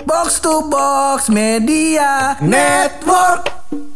Box to Box Media Network.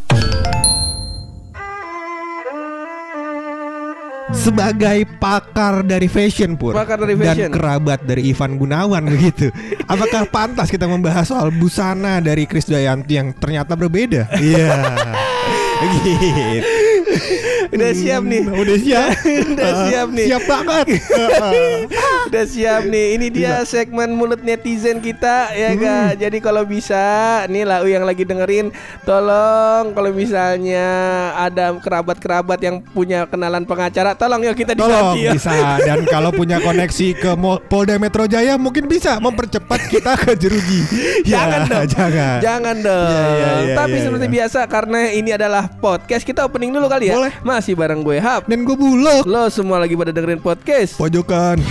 Sebagai pakar dari fashion Pur, dan kerabat dari Ivan Gunawan begitu, apakah pantas kita membahas soal busana dari Krisdayanti yang ternyata berbeda? Iya. Gitu. Udah siap nih. Udah siap. Udah siap nih. Siap banget. Udah siap nih. Ini dia segmen mulut netizen kita ya Kak. Jadi kalau bisa nih Lau yang lagi dengerin, tolong kalau misalnya ada kerabat-kerabat yang punya kenalan pengacara, tolong yuk kita diganti ya. Bisa. Dan kalau punya koneksi ke Polda Metro Jaya, mungkin bisa mempercepat kita ke jeruji. Jangan dong. Jangan dong. Ya, Tapi seperti biasa, karena ini adalah podcast, kita opening dulu kali ya. Boleh. Masih bareng gue Hap dan gue Bulog. Lo semua lagi pada dengerin podcast Pojokan.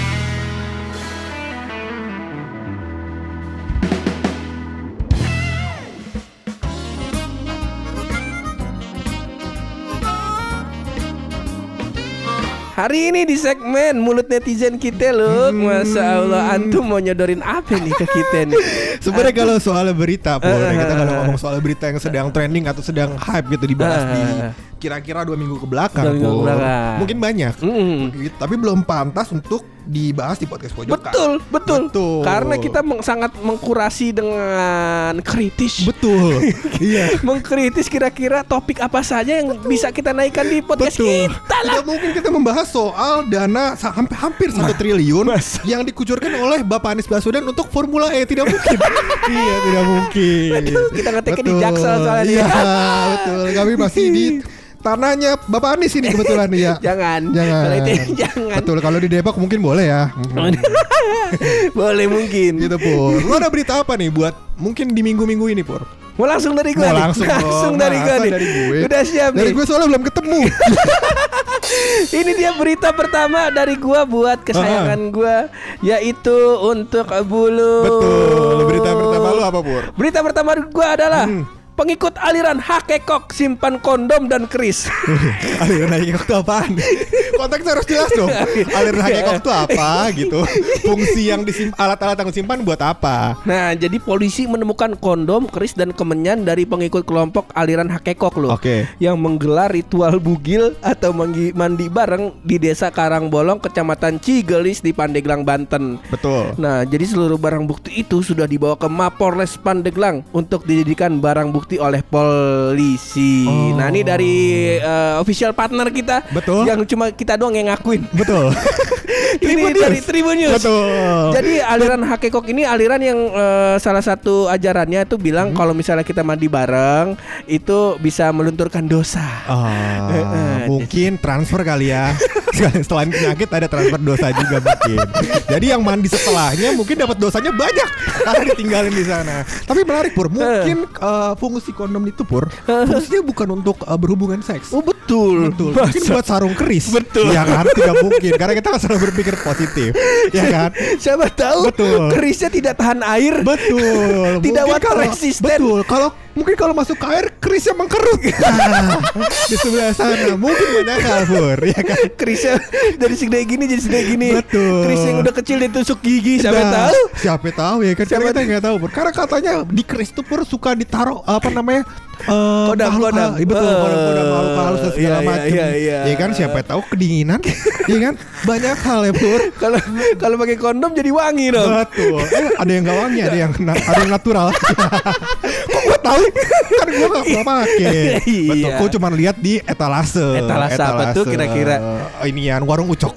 Hari ini di segmen mulut netizen kita loh. Masya Allah, antum mau nyodorin apa nih ke kita nih? Sebenarnya kalau soal berita Pur, kita kalau ngomong soal berita yang sedang trending atau sedang hype gitu dibahas di kira-kira 2 minggu ke belakang, mungkin banyak, tapi belum pantas untuk dibahas di podcast Pojokan. Betul. Karena kita sangat mengkurasi dengan kritis. Betul. Iya. Mengkritis kira-kira topik apa saja yang bisa kita naikkan di podcast kita lah. Tidak mungkin kita membahas soal dana hampir 1 triliun yang dikucurkan oleh Bapak Anies Baswedan untuk Formula E. Tidak mungkin. Iya, tidak mungkin. Betul, kita ngeteknya di Jaksel soalnya. Iya, betul. Kami masih di tanahnya Bapak Anies ini kebetulan ya. Jangan. Betul, kalau di Depok mungkin boleh ya. Boleh mungkin. Gitu Pur. Lu ada berita apa nih buat mungkin di minggu-minggu ini Pur? Mau langsung dari gue. Langsung dari gue nih. Udah siap nih. Dari gue soalnya belum ketemu. Ini dia berita pertama dari gue buat kesayangan gue, yaitu untuk Bulu. Betul. Berita pertama lu apa Pur? Berita pertama gue adalah pengikut aliran hakekok simpan kondom dan keris. Aliran hakekok itu apaan? Konteksnya harus jelas dong. Aliran hakekok itu apa gitu. Fungsi yang alat-alat yang disimpan buat apa? Nah, jadi polisi menemukan kondom, keris dan kemenyan dari pengikut kelompok aliran hakekok loh. Yang menggelar ritual bugil atau mandi bareng di Desa Karangbolong, Kecamatan Cigelis di Pandeglang, Banten. Betul. Nah, jadi seluruh barang bukti itu sudah dibawa ke Mapolres Pandeglang untuk dijadikan barang bukti oleh polisi. Nah, ini dari official partner kita. Betul. Yang cuma kita doang yang ngakuin. Betul. Ini dari Tribun News. Betul. Jadi aliran hakekok ini aliran yang salah satu ajarannya itu bilang kalau misalnya kita mandi bareng itu bisa melunturkan dosa. Mungkin transfer kali ya. Selain penyakit ada transfer dosa juga mungkin. Jadi yang mandi setelahnya mungkin dapat dosanya banyak karena ditinggalin di sana. Tapi menarik Pur, mungkin fungsi kondom itu Pur, fungsinya bukan untuk berhubungan seks. Oh betul. Mungkin buat sarung keris. Betul. Ya kan, tidak mungkin karena kita kan selalu berpikir positif. Ya kan? Siapa tahu kerisnya tidak tahan air. Betul. Tidak water resistant. Betul. Kalau masuk ke air kerisnya mengkerut. Di sebelah sana mungkin banyak hal Pur, ya kan? Kerisnya dari segede gini jadi segede gini. Betul. Keris yang udah kecil ditusuk gigi. Siapa tahu ya kan? Karena kita nggak tahu Pur. Karena katanya di keris tuh Pur suka ditaruh kodam. Betul, kodam makhluk halus dan segala macam. Ya kan, siapa tahu kedinginan. Ya kan, banyak hal ya Pur. Kalau pakai kondom jadi wangi dong. Betul. Ada yang nggak wangi, ada yang natural. Kok gue tahu? Kan gue nggak pakai. Betul. Gue cuma lihat di etalase. Etalase apa tuh kira-kira? Inian warung Ucok.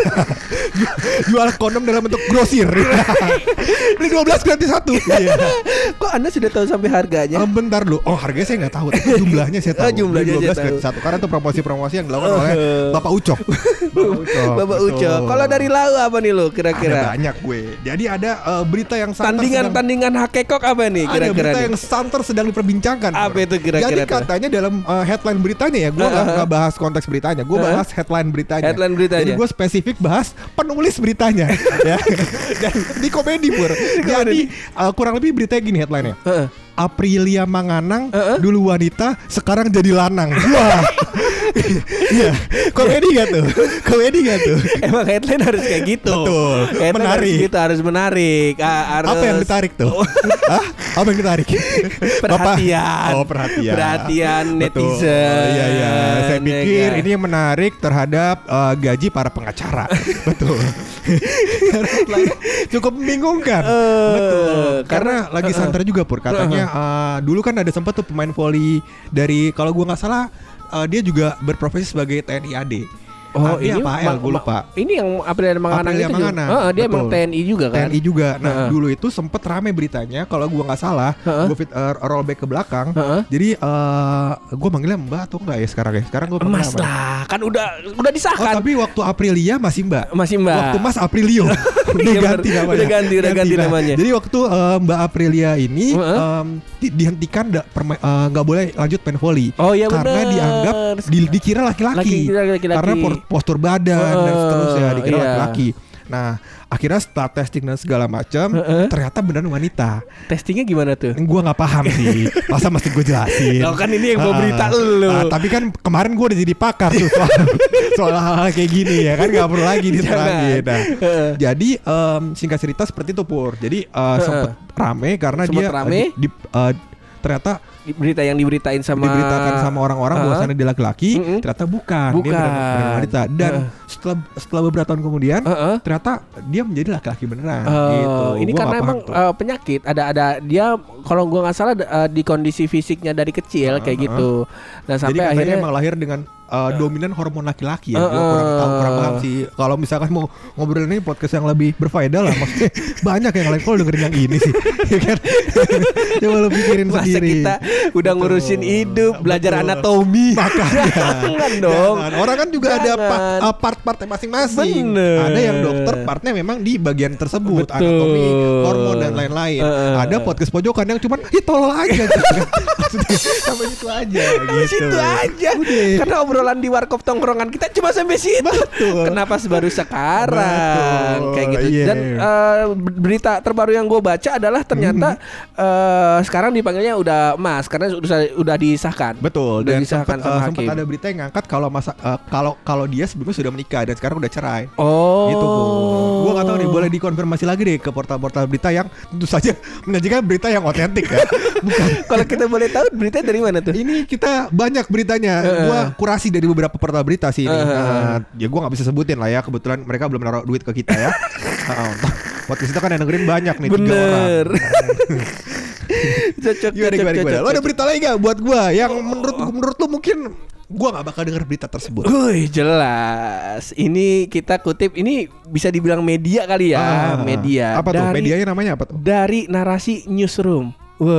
Jual kondom dalam bentuk grosir. Ini 12 gratis 1. Kok Anda sudah tahu sampai harganya? Bentar dulu. Harganya saya nggak tahu. Jumlahnya saya tahu. Jumlahnya 12 gratis 1. Karena itu promosi-promosi yang dilakukan oleh Bapak Ucok. Bapak Ucok. Kalau dari Lau apa nih lo kira-kira? Ada banyak gue. Jadi ada berita yang tandingan hakekok apa nih kira-kira? Ada berita yang santer sedang diperbincangkan. Apa itu kira-kira? Jadi katanya dalam headline beritanya ya, gue nggak bahas konteks beritanya, gue bahas headline beritanya. Jadi gue spesifik bahas penulis beritanya. Ya. Dan di komedi Pur. Jadi kurang lebih beritanya gini headline-nya. Aprilia Manganang dulu wanita, sekarang jadi lanang. Wah. Iya, komedi gak tuh? Komedi gak tuh? Emang headline harus kayak gitu. Betul. Headline Menarik. harus menarik. Harus... Apa yang ditarik tuh? Hah? Apa yang ditarik? Perhatian. Oh, perhatian. Perhatian Betul. netizen. Oh, iya. Saya pikir ini yang menarik terhadap gaji para pengacara. Betul. Cukup membingungkan. Betul. Karena lagi santer juga Pur. Katanya dulu kan ada sempat tuh pemain voli dari, kalau gua nggak salah, dia juga berprofesi sebagai TNI AD. Oh, ini ini apa AL? Gue lupa. Ini yang Aprilia Manganang Aprilia itu Manganang. juga. Dia emang Betul. TNI juga kan? TNI juga. Nah, dulu itu sempet rame beritanya. Kalau gua nggak salah, gua rollback ke belakang. Jadi gua manggilnya Mbak atau enggak ya sekarang ya? Sekarang gua Mas lah, kan udah disahkan. tapi waktu Aprilia masih Mbak. Masih Mbak. Waktu Mas Aprilio. Udah ganti namanya. Udah ganti Nah, namanya. Jadi waktu Mbak Aprilia ini dihentikan, nggak boleh lanjut main volley. Oh iya, karena bener. dianggap dikira laki-laki. Karena postur badan dan seterusnya dikira laki-laki. Nah, akhirnya setelah testing dan segala macam, ternyata beneran wanita. Testingnya gimana tuh? Gua nggak paham sih. Masa mesti gue jelasin? Lo kan ini yang bawa berita lu. Tapi kan kemarin gue udah jadi pakar tuh soal hal-hal kayak gini ya kan, nggak perlu lagi diterangin. Nah, jadi singkat cerita seperti itu Pur. Jadi sempet rame karena dia ternyata diberitakan sama orang-orang bahwasannya dia laki-laki, ternyata bukan. Dia benar wanita. Dan setelah beberapa tahun kemudian ternyata dia menjadi laki-laki beneran gitu. Ini Gua karena nggak emang paham penyakit ada dia, kalau gua nggak salah di kondisi fisiknya dari kecil kayak gitu. Nah sampai jadi akhirnya emang lahir dengan dominan hormon laki-laki ya. Gua kurang paham sih. Kalau misalkan mau ngobrol ini podcast yang lebih berfaedah lah, maksudnya banyak yang lain kalau dengerin yang ini sih. Ya kan? Coba lu pikirin masa sendiri. kita udah ngurusin hidup, belajar anatomi. Jangan dong. Orang kan juga ada part-partnya masing-masing. Bener. Ada yang dokter partnya memang di bagian tersebut, anatomi, hormon dan lain-lain. Ada podcast pojokan yang cuman tolol aja gitu. Sampai situ aja gitu. Situ aja. Udah. Karena obrolan di warkop tongkrongan kita cuma sampai situ. Betul. Kenapa baru sekarang? Betul. Kayak gitu. Yeah. Dan berita terbaru yang gue baca adalah ternyata sekarang dipanggilnya udah Mas karena udah disahkan. Betul. Udah Dan disahkan sama sempat hakim. ada berita yang ngangkat kalau dia sebelumnya sudah menikah dan sekarang udah cerai. Oh. Gitu Bu. Gua nggak tahu nih, boleh dikonfirmasi lagi deh ke portal-portal berita yang tentu saja menyajikan berita yang otentik ya. Bukan. Kalau kita boleh tahu berita dari mana tuh? Ini kita banyak beritanya. Gua kurasi dari beberapa portal berita sih ini. Ya gua nggak bisa sebutin lah ya. Kebetulan mereka belum naruh duit ke kita ya. Podcast kita kan yang dengerin banyak nih. Bener. 3 orang. Cocok. Lo ada berita lagi gak buat gua yang menurut lu mungkin gua gak bakal denger berita tersebut? Jelas. Ini kita kutip, ini bisa dibilang media kali ya. Media. Apa tuh? Medianya namanya apa tuh? Dari Narasi Newsroom.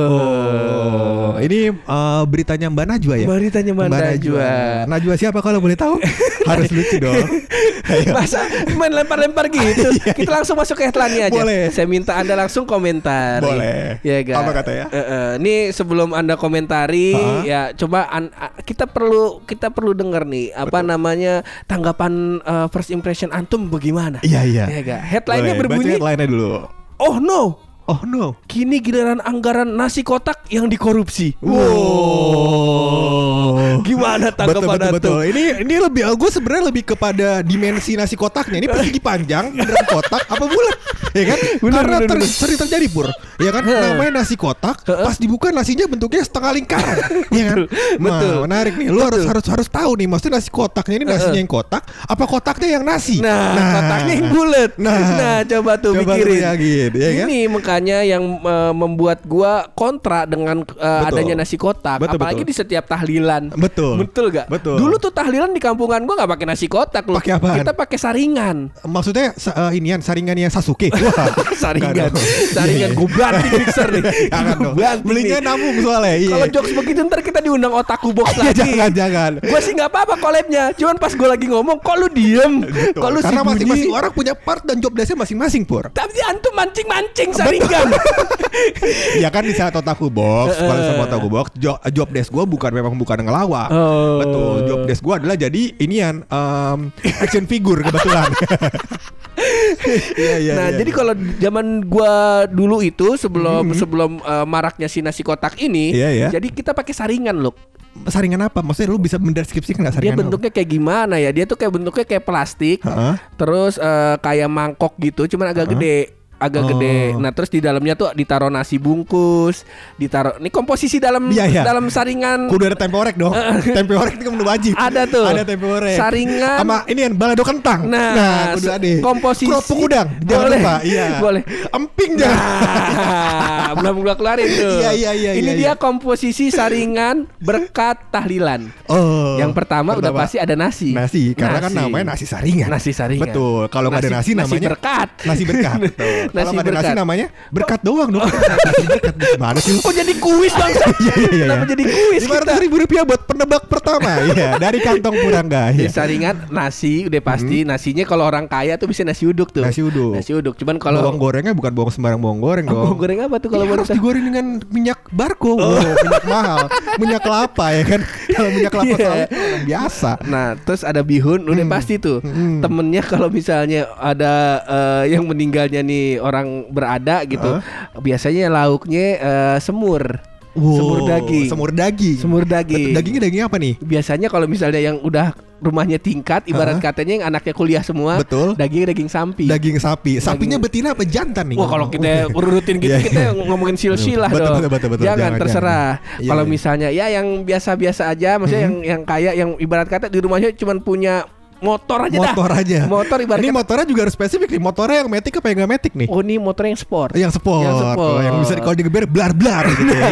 Wow. Ini beritanya Mbak Najwa ya? Beritanya Mbak Najwa. Najwa siapa kalau boleh tahu? Harus lucu dong. Masa main lempar-lempar gitu? Kita langsung masuk ke headline-nya aja. Boleh. Saya minta Anda langsung komentar. Boleh. Ya gak? Apa katanya? Ini sebelum Anda komentari, ya coba kita perlu dengar nih apa namanya tanggapan first impression antum bagaimana? Iya. Ya gak? Headline-nya berbunyi. Baca headline-nya dulu. Oh no, kini giliran anggaran nasi kotak yang dikorupsi. Wow. Gimana tanggapan betul. Ini lebih, gue sebenarnya lebih kepada dimensi nasi kotaknya. Ini persegi panjang, beneran kotak apa bulat? Ya kan? Karena sering terjadi Pur. Ya kan? Namanya nasi kotak, pas dibuka nasinya bentuknya setengah lingkaran. Ya kan? Betul. Menarik nih. Lu harus tahu nih, maksudnya nasi kotaknya ini nasinya yang kotak, apa kotaknya yang nasi? Nah, kotaknya yang bulat. Nah, coba tuh mikirin. Ya kan? Ini makanya yang membuat gua kontra dengan adanya nasi kotak, apalagi di setiap tahlilan. Betul gak? Betul. Dulu tuh tahlilan di kampungan gua nggak pakai nasi kotak loh. Pakai apaan? Kita pakai saringan. Maksudnya saringannya Sasuke. Wah, saringan gue banting mixer nih. Belinya nabung soalnya. Kalau jokes begitu ntar kita diundang Otaku Box lagi. Jangan. Gua sih nggak apa-apa collabnya. Cuman pas gua lagi ngomong, kok lu diem? Kok lu karena masing-masing orang punya part dan job desk-nya masing-masing Pur. Tapi antum mancing-mancing saringan. Ya kan di saat Otaku Box, kalau sama Otaku Box, job desk gue bukan ngelawak. Betul, job desk gue adalah jadi inian action figure kebetulan. Nah, jadi kalau zaman gua dulu itu sebelum maraknya si nasi kotak ini, jadi kita pakai saringan loh. Saringan apa? Maksudnya lu bisa mendeskripsikan nggak saringan? Dia bentuknya kayak gimana ya? Dia tuh kayak bentuknya kayak plastik, terus kayak mangkok gitu, cuman agak gede. Nah terus di dalamnya tuh ditaruh nasi bungkus, ditaruh. Ini komposisi dalam dalam saringan. Kudu ada tempe orek dong. Tempe orek itu menu wajib. Ada tuh. Ada tempe orek. Saringan. Sama ini kan balado kentang. Nah kudu ada. komposisi. Kerupuk udang. Jangan lupa. Iya. Boleh. Emping jangan. Belum gua keluarin tuh. Iya. Ini dia komposisi saringan berkat tahlilan. Yang pertama udah pasti ada nasi. Nasi. Karena kan namanya nasi saringan. Nasi saringan. Betul. Kalau nggak ada nasi namanya nasi berkat. Nasi berkat. Betul. Kalau nggak ada nasi namanya berkat doang dong. Nasi berkat gimana sih? Oh jadi kuis bang. Iya. Kenapa jadi kuis? Rp500.000 buat penebak pertama. Iya. Dari kantong Purangga. Di saringan nasi udah pasti. Nasinya kalau orang kaya tuh bisa nasi uduk tuh. Nasi uduk. Cuman kalau bawang gorengnya bukan bawang sembarang bawang goreng dong. Bawang goreng apa tuh kalau harus digoreng dengan minyak barco. Minyak mahal. Minyak kelapa ya kan. Kalau minyak kelapa sawit biasa. Nah terus ada bihun udah pasti tuh. Temennya kalau misalnya ada yang meninggalnya nih orang berada gitu, biasanya lauknya semur. Semur daging. Dagingnya daging apa nih? Biasanya kalau misalnya yang udah rumahnya tingkat, ibarat katanya yang anaknya kuliah semua, betul. Daging sapi. Daging sapi. Sapinya betina apa jantan nih? Wah kalau kita urutin gitu kita ngomongin silsilah dong. Betul. Jangan terserah. Kalau misalnya ya yang biasa-biasa aja, maksudnya yang kaya, yang ibarat kata di rumahnya cuma punya motor aja. Motor ibaratnya. Ini motornya juga harus spesifik nih. Motornya yang metik apa yang gak metik nih? Oh ini motornya yang sport. Yang bisa kalau digeber blar gitu ya.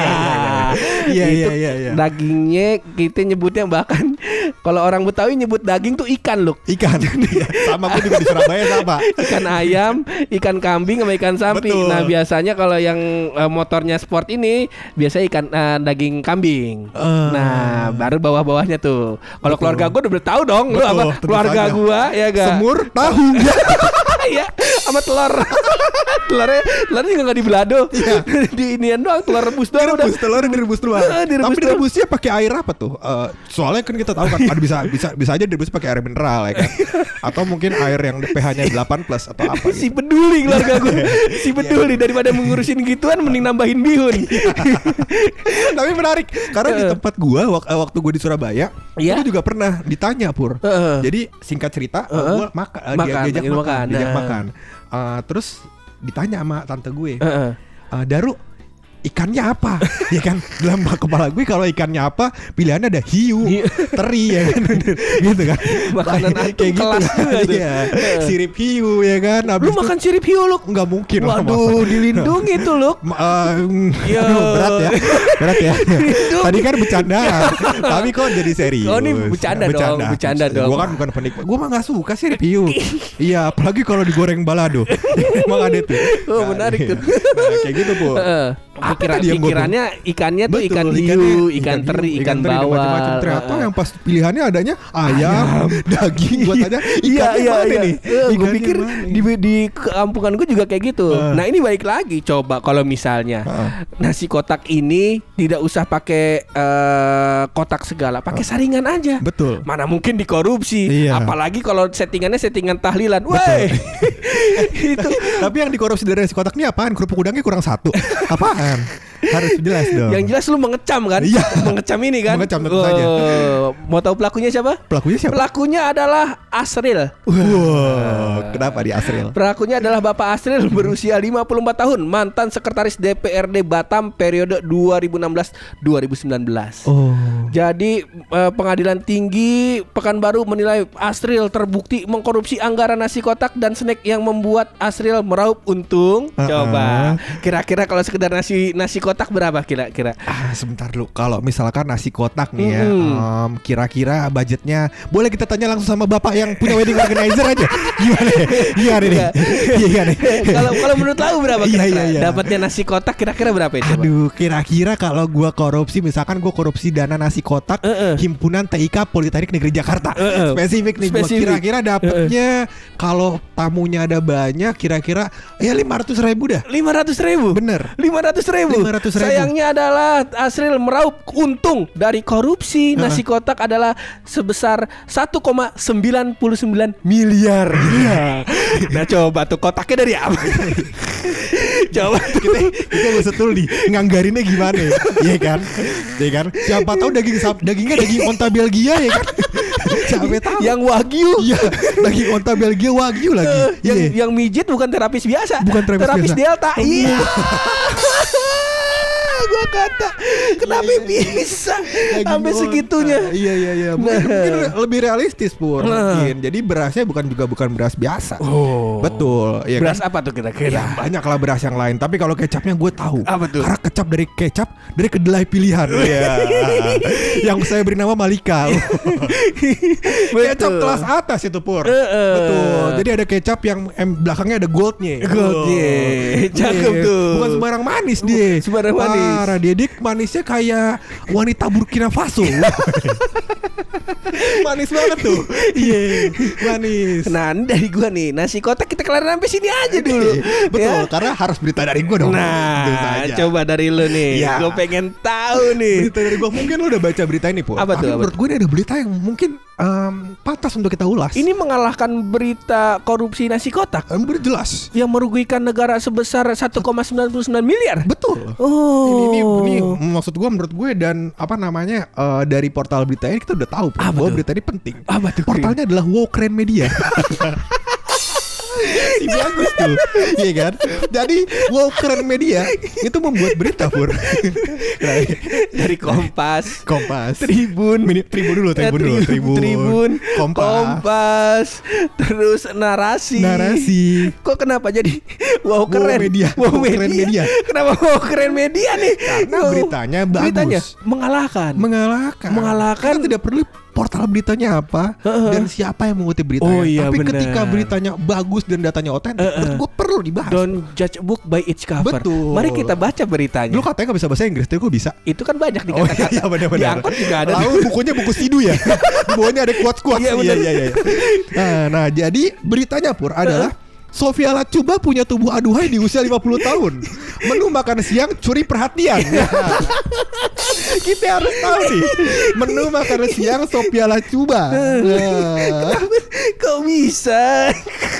Iya. Dagingnya kita nyebutnya bahkan kalau orang Betawi nyebut daging tuh ikan loh. Ikan. Sama gue juga di Surabaya sama. Ikan ayam, ikan kambing sama ikan sapi. Betul. Nah biasanya kalau yang motornya sport ini biasanya ikan daging kambing. Nah baru bawah-bawahnya tuh. Kalau keluarga gue udah tahu dong. Lu apa? Keluarga gua ya ga? Semur tahu. Iya, sama telurnya juga nggak di belado, di inian doang, telur rebus doang. Telurnya direbus doang. Tapi direbusnya pakai air apa tuh? Soalnya kan kita tahu kan, bisa aja direbus pakai air mineral ya kan? Atau mungkin air yang pH-nya 8+ atau apa? Si peduli keluarga gue, si peduli daripada mengurusin gituan, mending nambahin bihun. Tapi menarik, karena di tempat gua waktu gua di Surabaya, gua juga pernah ditanya Pur. Jadi singkat cerita, gua diajak makan. Terus ditanya sama tante gue, Daru ikannya apa? Ya kan dalam kepala gue kalau ikannya apa pilihannya ada hiu, teri ya kan, gitu kan. Makanan kayak gitu. Iya. Sirip hiu ya kan. Lu makan sirip hiu lu? Nggak mungkin. Waduh, dilindungi tuh lu. Berat ya. Tadi kan bercanda, tapi kok jadi serius. Oh ini bercanda dong. Gue kan bukan penikmat. Gue mah nggak suka sirip hiu. Iya, apalagi kalau digoreng balado. Emang ada tuh. Oh menarik tuh. Kayak gitu Bu. Pikirannya ikannya tuh ikan hiu, ikan teri, ikan bawal. Macam-macam. Ternyata yang pas pilihannya adanya ayam, daging. Buat aja iya. nih. Gue pikir di kampungan gue juga kayak gitu. Nah ini balik lagi, coba kalau misalnya nasi kotak ini tidak usah pakai kotak segala, pakai saringan aja. Betul. Mana mungkin dikorupsi. Apalagi kalau settingannya settingan tahlilan. Woi. Itu. Tapi yang dikorupsi dari nasi kotak ini apaan? Kerupuk udangnya kurang 1. Apaan? Harus jelas dong. Yang jelas lu mengecam kan? Iya. Mengecam ini kan? Mengecam tentu saja. Mau tahu pelakunya siapa? Pelakunya adalah Asril. Kenapa di Asril? Pelakunya adalah Bapak Asril berusia 54 tahun, mantan sekretaris DPRD Batam periode 2016-2019. Jadi Pengadilan Tinggi Pekanbaru menilai Asril terbukti mengkorupsi anggaran nasi kotak dan snack yang membuat Asril meraup untung. Coba kira-kira kalau sekedar nasi kotak berapa kira-kira? Sebentar dulu. Kalau misalkan nasi kotak nih ya, kira-kira budgetnya boleh kita tanya langsung sama bapak yang punya wedding organizer aja. Gimana nih? Kalau menurut tahu berapa kira-kira? Iya. Dapatnya nasi kotak kira-kira berapa itu? Aduh, kira-kira kalau gua korupsi, misalkan gua korupsi dana nasi kotak, Himpunan TIK Politeknik Negeri Jakarta. Spesifik nih. Gua kira-kira dapatnya kalau tamunya ada banyak, kira-kira ya 500.000 dah. 500.000? Bener. 500.000 200.000. Sayangnya adalah Asril meraup untung dari korupsi nasi kotak adalah sebesar 1,99 miliar. Nah coba tuh kotaknya dari apa? Coba kita gue setul nih nganggarinnya gimana ya? Iya kan? Iya kan? Siapa tahu dagingnya daging onta Belgia ya kan? Siapa tahu? Yang wagyu. Iya, daging onta Belgia wagyu lagi. Yang mijit bukan terapis biasa. Bukan terapis biasa. Delta. Iya. Gua kata kenapa bisa sampai segitunya? Iya. Mungkin lebih realistis Pur. Mungkin. Jadi berasnya bukan beras biasa. Betul. Ya Beras kan? apa tuh kira-kira? Ya, banyak lah beras yang lain. Tapi kalau kecapnya gue tahu. Apa tuh? Karena kecap dari kedelai pilihan. Iya. Yang saya beri nama Malika. Kecap kelas atas itu Pur. Betul. Jadi ada kecap yang belakangnya ada goldnya. Cakep tuh. Bukan sembarang manis dia. Sembarang manis. Parah dia manisnya kayak wanita Burkina Faso. Manis banget tuh. Iya, manis. Nah, dari gua nih, nasi kotak kita kelarin sampai sini aja dulu. Betul, karena harus berita dari gua dong. Nah, coba dari lu nih. Ya. Gua pengen tahu nih. Berita dari gua, mungkin lu udah baca berita ini, Pur. Apa tuh? Menurut gue ini ada berita yang mungkin pantas untuk kita ulas. Ini mengalahkan berita korupsi nasi kotak berjelas yang merugikan negara sebesar 1,99 miliar. Betul. Oh. Ini maksud gue, menurut gue, dan dari portal berita ini kita udah tahu bahwa berita ini penting. Apa tuh? Portalnya adalah Wow Keren Media. Si bagus tuh, iya kan? Jadi Wow Keren Media itu membuat berita Pur. Dari Kompas, Tribun dulu, Kompas, terus narasi. Kok kenapa jadi Wow Keren? Wow Media. Kenapa Wow Keren Media nih? Karena beritanya bagus. Beritanya mengalahkan. Kita tidak perlu portal beritanya apa dan siapa yang mengutip beritanya. Tapi bener. ketika beritanya bagus dan datanya otentik, menurut gue perlu dibahas. Don't judge a book by its cover. Betul. Mari kita baca beritanya. Lu katanya gak bisa bahasa Inggris, tapi gue bisa. Itu kan banyak dikatakan. Iya benar-benar. Di angkot juga ada. Lalu bukunya buku Sidu ya. Di bawahnya ada quotes. Iya. Nah, jadi beritanya Pur adalah Sophia Latjuba punya tubuh aduhai di usia 50 tahun. Menu makan siang curi perhatian. Kita harus tahu nih menu makan siang Sophia Latjuba. Kok bisa?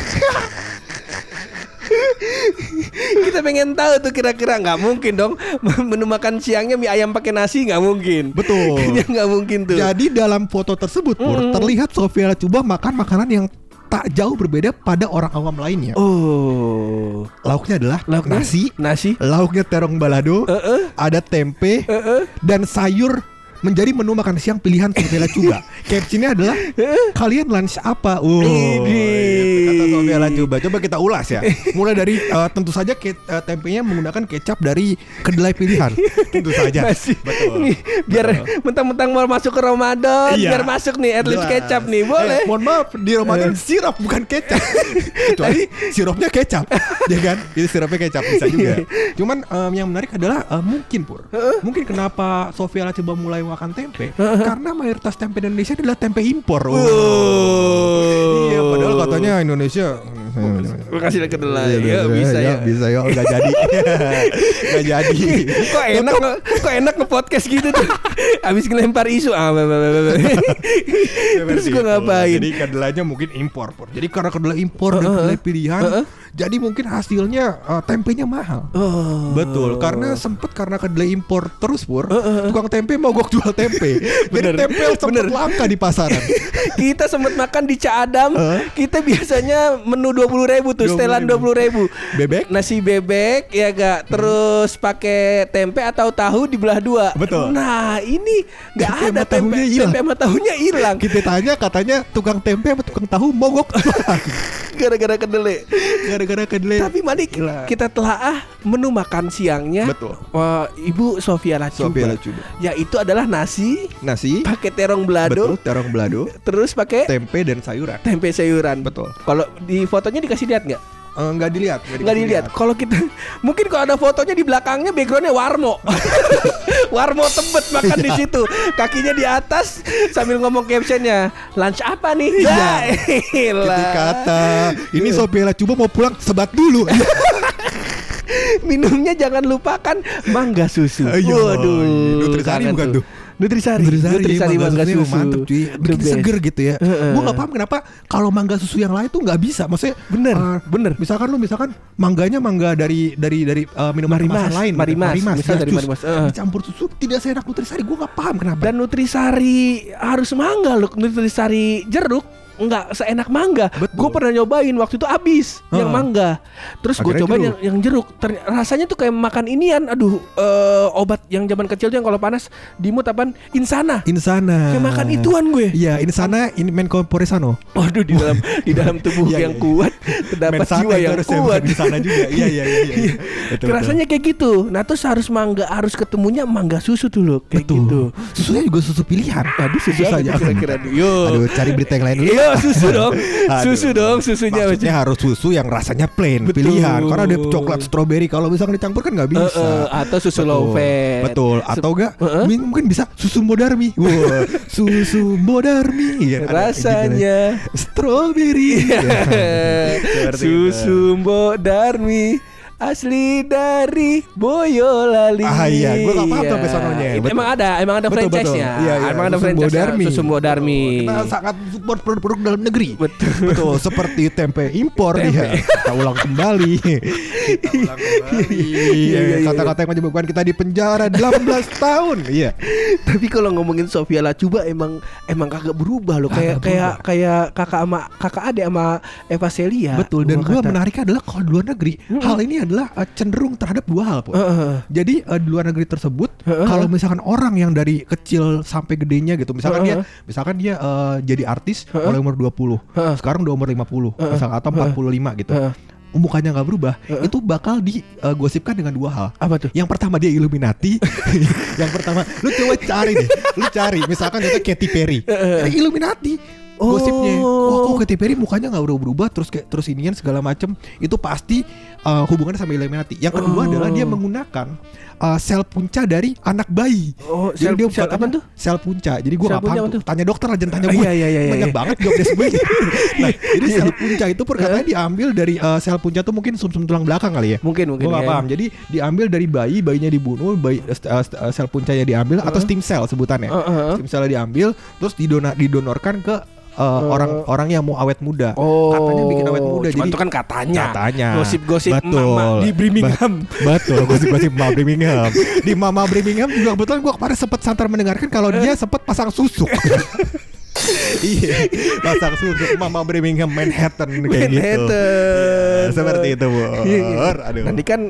Kita pengen tahu tuh kira-kira. Nggak mungkin dong menu makan siangnya mie ayam pakai nasi, nggak mungkin. Betul. Nggak mungkin tuh. Jadi dalam foto tersebut Pur, terlihat Sophia Latjuba makan makanan yang tak jauh berbeda pada orang awam lainnya. Lauknya adalah nasi. Lauknya terong balado, ada tempe, dan sayur menjadi menu makan siang pilihan Sophia Latjuba. Captionnya adalah kalian lunch apa? Kata Sophia Latjuba. Coba kita ulas ya. Mulai dari tentu saja tempenya menggunakan kecap dari kedelai pilihan. Tentu saja. Betul. Biar mentang-mentang mau masuk ke Ramadan, biar masuk nih at least kecap nih, boleh. Mohon maaf, di Ramadan sirap bukan kecap. Kecuali sirupnya kecap, ya kan? Jadi sirupnya kecap bisa juga. Cuman yang menarik adalah mungkin kenapa Sophia Latjuba mulai makan tempe karena mayoritas tempe di Indonesia adalah tempe impor. Iya, padahal katanya Indonesia kasih kedelai. Bisa ya. Enggak jadi. Kok enak nge-podcast gitu tuh. Habis ngelempar isu. Terus gue ngapain? Jadi kedelainya mungkin impor. Jadi karena kedelai impor dan kedelai pilihan, jadi mungkin hasilnya tempenya mahal. Betul, karena kedelai impor terus Pur, tukang tempe mogok jual tempe. Jadi tempe sempat langka di pasaran. Kita sempat makan di Ca Adam. Kita biasanya menu 20.000 tuh, setelan 20.000. Bebek? Nasi bebek ya gak. Terus pakai tempe atau tahu dibelah dua. Betul. Nah ini gak ada tempe sama tahunya hilang. Kita tanya, katanya tukang tempe sama tukang tahu mogok. Gara-gara kedelai. Tapi mari kita telaah menu makan siangnya. Betul. Ibu Sophia Latjuba. Yaitu adalah nasi pakai terong balado. Betul, terong balado. Terus pakai tempe dan sayuran. Betul. Kalau di fotonya dikasih lihat nggak? Nggak dilihat. Kalau kita mungkin kalau ada fotonya di belakangnya backgroundnya Warmo. Warmo Tebet makan di situ, kakinya di atas sambil ngomong captionnya lunch apa nih? Iya. Ketika kata ini Sophia Latjuba mau pulang sebat dulu. Minumnya jangan lupakan mangga susu. Waduh, Nutrisari bukan tuh? Nutrisari mangga susu. Mantep cuy. Bikin seger gitu ya. Gue gak paham kenapa kalau mangga susu yang lain tuh gak bisa. Maksudnya Bener. Misalkan mangganya mangga dari minuman kemasan lain. Marimas. Misal dari jus. Marimas. Dicampur susu tidak seenak Nutrisari. Gue gak paham kenapa. Dan Nutrisari harus mangga loh. Nutrisari jeruk nggak seenak mangga. Gue pernah nyobain waktu itu habis yang mangga. Terus gue cobain yang jeruk. Rasanya tuh kayak makan inian. Aduh, obat yang zaman kecil tuh yang kalau panas dimut apaan? Insana. Kayak makan ituan gue. Iya, Insana ini Mencorpore Sano. Waduh, di dalam tubuh yang kuat terdapat jiwa yang kuat. Di sana juga. Iya. Rasanya kayak gitu. Nah, terus harus ketemunya mangga susu dulu kayak gitu. Susunya juga susu pilihan. Aduh, susu aja kira-kira. Aduh, cari berita yang lain dulu. Susu dong susunya. Maksudnya harus susu yang rasanya plain. Pilihan. Karena ada coklat strawberry. Kalau misalnya dicampur kan gak bisa. Atau susu low fat. Betul. Atau enggak mungkin bisa susu Modarmi. Susu Modarmi. Rasanya strawberry. Susu Modarmi asli dari Boyolali. Iya, gue gak paham sampai sononya. Emang ada franchise-nya. Iya, emang ada franchise Susu Modarmi. Kita sangat support produk-produk dalam negeri. Betul. Seperti tempe impor dia. Kita ulang kembali. Kata-kata yang menyebabkan kita di penjara 18 tahun. Iya. Tapi kalau ngomongin Sofia Lachuba emang kagak berubah loh. Kayak kakak adik sama Eva Celia. Betul. Dan gue menariknya adalah kalau di luar negeri hal ini adalah cenderung terhadap dua hal. Jadi di luar negeri tersebut kalau misalkan orang yang dari kecil sampai gedenya gitu, misalkan dia jadi artis mulai umur 20, sekarang udah umur 50 misalkan, atau 45 gitu, mukanya nggak berubah, itu bakal digosipkan dengan dua hal. Apa tuh? Yang pertama dia Illuminati. Yang pertama lu coba cari misalkan itu Katy Perry, Illuminati. Gosipnya, kok Katy Perry mukanya nggak berubah terus inian segala macem, itu pasti hubungannya sama Illuminati. Yang kedua adalah dia menggunakan sel punca dari anak bayi. Jadi dia sel apa tuh? Sel punca. Jadi gue nggak paham tuh. Tanya dokter lah, jangan tanya gue. Banyak banget job desk gue. Nah, jadi sel punca itu perkataan diambil dari sel punca tuh mungkin sumsum tulang belakang kali ya. Mungkin. Gue nggak paham. Jadi diambil dari bayinya dibunuh, sel puncanya diambil atau stem cell sebutannya. Stem cell diambil, terus didonorkan ke orang-orang yang mau awet muda. Katanya bikin awet muda. Cuman jadi itu kan katanya. Gosip-gosip betul. mama di Birmingham. Betul, gosip-gosip mama Birmingham. Di mama Birmingham juga kebetulan gue kemarin sempat santar mendengarkan kalau dia sempat pasang susuk. Iya, pasang susuk Mama Birmingham Manhattan kayak gitu. Seperti itu, Bu. Aduh. Nanti kan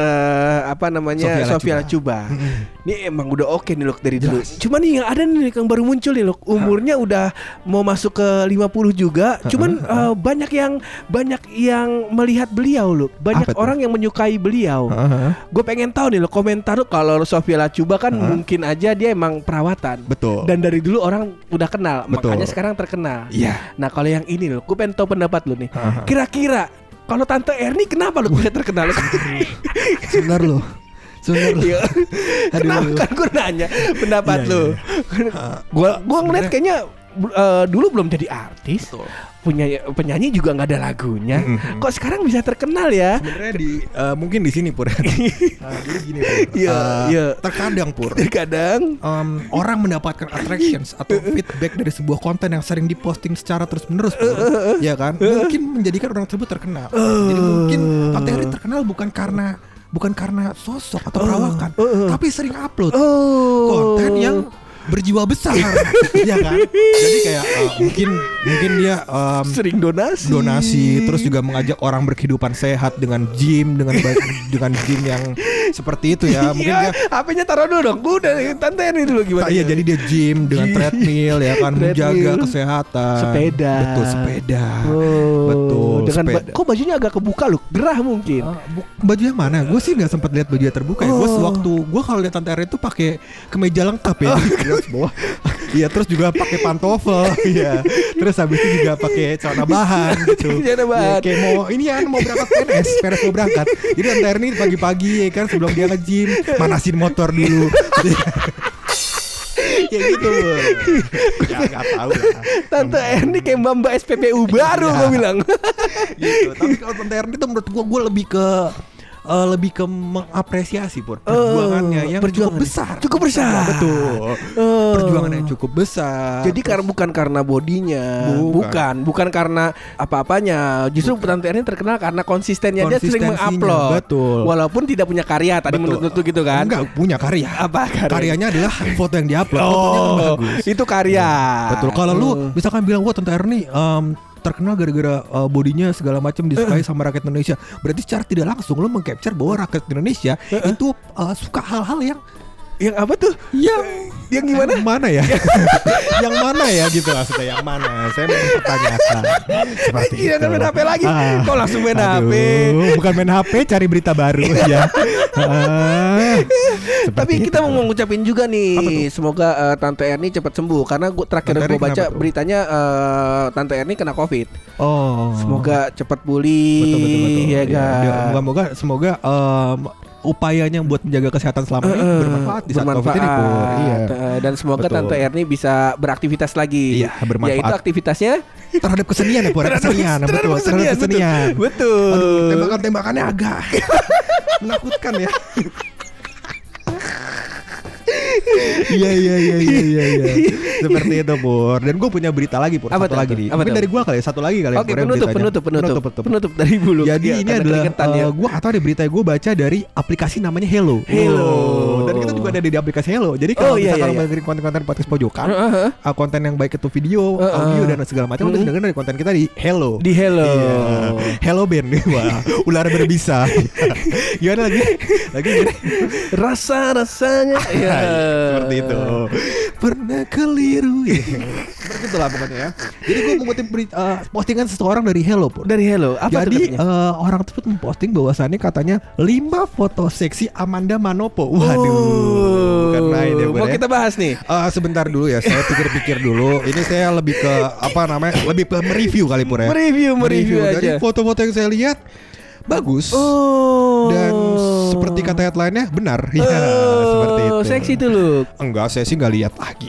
Sofia Lachuba. Ini emang udah oke nih loh dari dulu. Cuman nih yang ada nih yang baru muncul nih loh. Umurnya udah mau masuk ke 50 juga. Cuman banyak yang melihat beliau loh. Banyak orang yang menyukai beliau. Gue pengen tahu nih loh komentar lo kalau Sofia Lachuba kan mungkin aja dia emang perawatan. Betul. Dan dari dulu orang udah kenal. Betul. Makanya sekarang terkenal. Iya. Nah kalau yang ini loh, gue pengen tahu pendapat lo nih. Kira-kira kalau Tante Erni kenapa lo gue terkenal? Sebentar lo. Kenapa kan gue nanya pendapat lo? Gue ngeliat kayaknya dulu belum jadi artis. Penyanyi juga nggak ada lagunya. Kok sekarang bisa terkenal ya? Sebenarnya mungkin di sini Pur. Jadi gini Pur. Terkadang orang mendapatkan attractions atau feedback dari sebuah konten yang sering diposting secara terus menerus, ya kan? Mungkin menjadikan orang tersebut terkenal. Jadi mungkin Tante Erni terkenal bukan karena sosok atau perawakan, tapi sering upload konten yang berjiwa besar, ya kan? Jadi kayak mungkin dia sering donasi, terus juga mengajak orang berkehidupan sehat dengan gym gym yang seperti itu ya. Mungkin dia HP-nya taruh dulu dong. Gue udah Tante ini dulu gimana? Iya, jadi dia gym dengan treadmill ya kan, menjaga kesehatan. Sepeda. Betul, sepeda. Betul. Dengan kok bajunya agak kebuka loh, gerah mungkin. Baju yang mana? Gue sih nggak sempat lihat bajunya terbuka ya. Gue kalau lihat Tante Erni itu pakai kemeja lengkap ya. Bawah. Iya, terus juga pakai pantofel, iya. Terus habis itu juga pakai celana bahan gitu. Celana bahan. Ya, kayak mau berangkat PNS mau berangkat. Jadi Tante Erni pagi-pagi ya kan sebelum dia nge-gym manasin motor dulu. Kayak gitu. Ya enggak tahu lah. Tante Erni kayak Mbak SPPU baru gue bilang. Gitu. Tapi kalau Tante Erni itu menurut gue lebih ke lebih ke mengapresiasi Pur perjuangannya yang cukup besar. Cukup besar. Betul. Perjuangannya cukup besar. Jadi bukan karena bodinya, bukan karena apa-apanya. Justru Tante Erni terkenal karena konsistennya, dia sering mengupload. Betul. Walaupun tidak punya karya tadi menurut lu gitu kan? Enggak punya karya. Apa karyanya adalah foto yang diupload. Fotonya kan bagus. Itu karya. Betul. Kalau lu misalkan bilang wah Tante Erni terkenal gara-gara bodinya segala macam disukai sama rakyat Indonesia. Berarti secara tidak langsung lo mengcapture bahwa rakyat Indonesia itu suka hal-hal yang apa tuh? Yang gimana? Yang mana ya? Yang mana ya gitu maksudnya, yang mana? Saya mempertanyakan. Seperti itu. Jangan main HP lagi. Kok langsung main HP? Bukan main HP, cari berita baru ya. Tapi kita mau ngucapin juga nih, semoga Tante Erni cepat sembuh. Karena terakhir gue baca beritanya Tante Erni kena COVID. Semoga cepat pulih. Betul. Ya kan. Semoga upayanya buat menjaga kesehatan selama ini bermanfaat di saat COVID ini Pur. Iya. Dan semoga Tante Erni bisa beraktivitas lagi. Iya, bermanfaat. Yaitu aktivitasnya terhadap kesenian ya Pur. Terhadap kesenian. Betul. Aduh, tembakan-tembakannya agak menakutkan ya. Iya. Seperti itu Pur. Dan gue punya berita lagi Pur. Satu lagi nih. Mungkin dari gue kali ya. Satu lagi kali. Oke, penutup dari bulu. Jadi ini adalah gue atau di berita gue baca dari aplikasi namanya Hello. Dan kita juga ada di aplikasi Hello. Jadi kalau misalkan dengerin konten-konten podcast pojokan, konten yang baik itu video, audio dan segala macam, lu bisa dengerin dari konten kita di Hello. Di Hello. Hello Band. Wah, ular berbisa. Gimana lagi rasanya seperti itu. Pernah keliru ya. Seperti itulah pokoknya ya. Jadi gue mengutip postingan seseorang dari Hello Pur. Dari Hello. Apa jadi orang tersebut memposting bahwasannya katanya 5 foto seksi Amanda Manopo. Waduh. Bukan main ya, mau kita bahas nih. Sebentar dulu ya. Saya pikir-pikir dulu. Ini saya lebih ke lebih ke mereview kali Pur ya. Mereview aja. Jadi foto-foto yang saya lihat bagus. Dan seperti kata headline-nya benar. Ya, seperti itu. Seksi tuh lu. Enggak, saya sih enggak lihat lagi.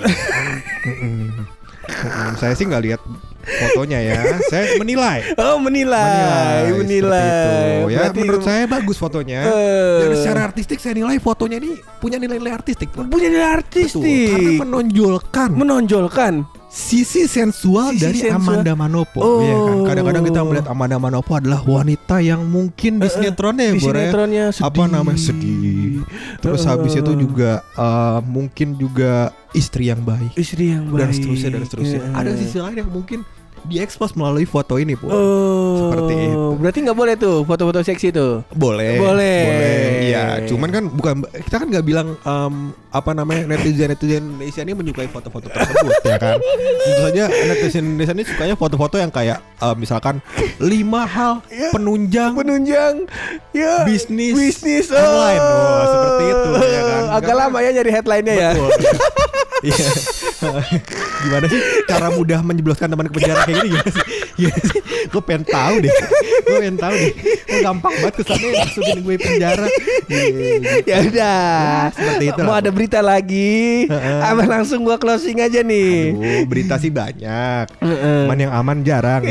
Saya sih enggak lihat fotonya ya. Saya menilai. Menilai. Ya, menurut saya bagus fotonya. Dan secara artistik saya nilai fotonya ini punya nilai-nilai artistik. Betul, karena menonjolkan sisi sensual dari Amanda Manopo. Ya kan? Kadang-kadang kita melihat Amanda Manopo adalah wanita yang mungkin di sinetronnya sedih. Terus habis itu juga mungkin juga istri yang baik. Dan seterusnya. Ada sisi lain yang mungkin diekspos melalui foto ini Pur. Seperti itu. Berarti nggak boleh tuh foto-foto seksi itu. Boleh. Iya, cuman kan kita kan nggak bilang netizen Indonesia ini menyukai foto-foto tersebut ya kan. Tentu saja netizen Indonesia ini sukanya foto-foto yang kayak misalkan 5 hal penunjang ya bisnis online. Seperti itu ya kan. Agak lama ya nyari headline-nya ya. Iya. Gimana sih cara mudah menjebloskan teman ke penjara kayak gini gimana sih? Gue pengen tahu deh. Gue gampang banget kesannya masukin gue penjara. Ya udah. Seperti itu. Mau ada berita lagi? Aman langsung gue closing aja nih. Aduh, berita sih banyak. Cuman yang aman jarang.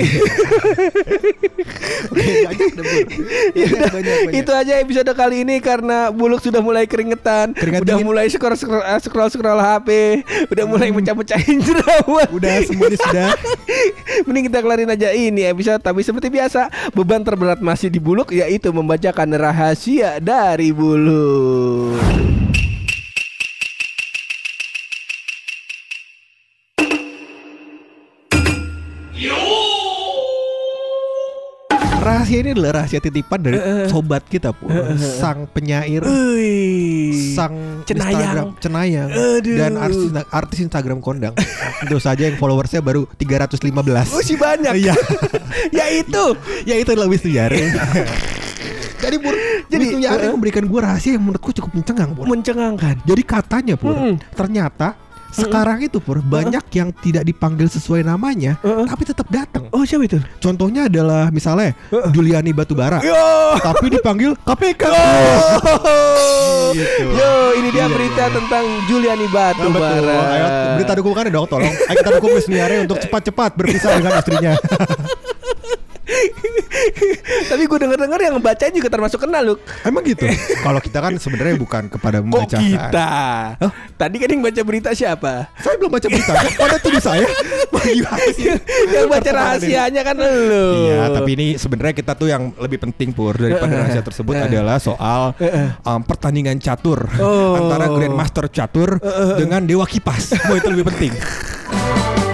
Banyak. Itu aja episode kali ini karena Buluk sudah mulai keringetan. Udah mulai scroll HP. Udah mulai pecah-pecahin jerawat. Udah semuanya sudah. Mending kita kelarin aja ini episode. Tapi seperti biasa, beban terberat masih di Buluk, yaitu membacakan rahasia dari Buluk. Rahasia ini adalah rahasia titipan dari sobat kita Pur. Sang penyair, sang cenayang, dan artis Instagram kondang. Tentu saja yang followersnya baru 315. Si banyak. Iya. Ya itu adalah Wisnu-Yare. Jadi Wisnu-Yare memberikan gue rahasia yang menurutku cukup mencengangkan. Jadi katanya Pur, ternyata sekarang itu Pur, banyak yang tidak dipanggil sesuai namanya tapi tetap datang. Oh, siapa itu? Contohnya adalah misalnya Juliani Batubara, tapi dipanggil KPK. Gitu. Ini dia berita tentang Juliani Batubara. Ayo, berita dukungannya dong, tolong. Ayo kita dukung Wisnu-Yare untuk cepat-cepat berpisah dengan istrinya. Tapi gue denger yang bacain juga termasuk kenal lu. Emang gitu. Kalau kita kan sebenarnya bukan kepada Kok membacakan. kita? Tadi kan yang baca berita siapa? Saya belum baca berita. Pada tuduh saya. Gimana sih? Yang baca rahasianya kan lu. Iya, tapi ini sebenarnya kita tuh yang lebih penting Pur daripada rahasia tersebut adalah soal pertandingan catur antara Grandmaster catur dengan Dewa Kipas. Oh, itu lebih penting.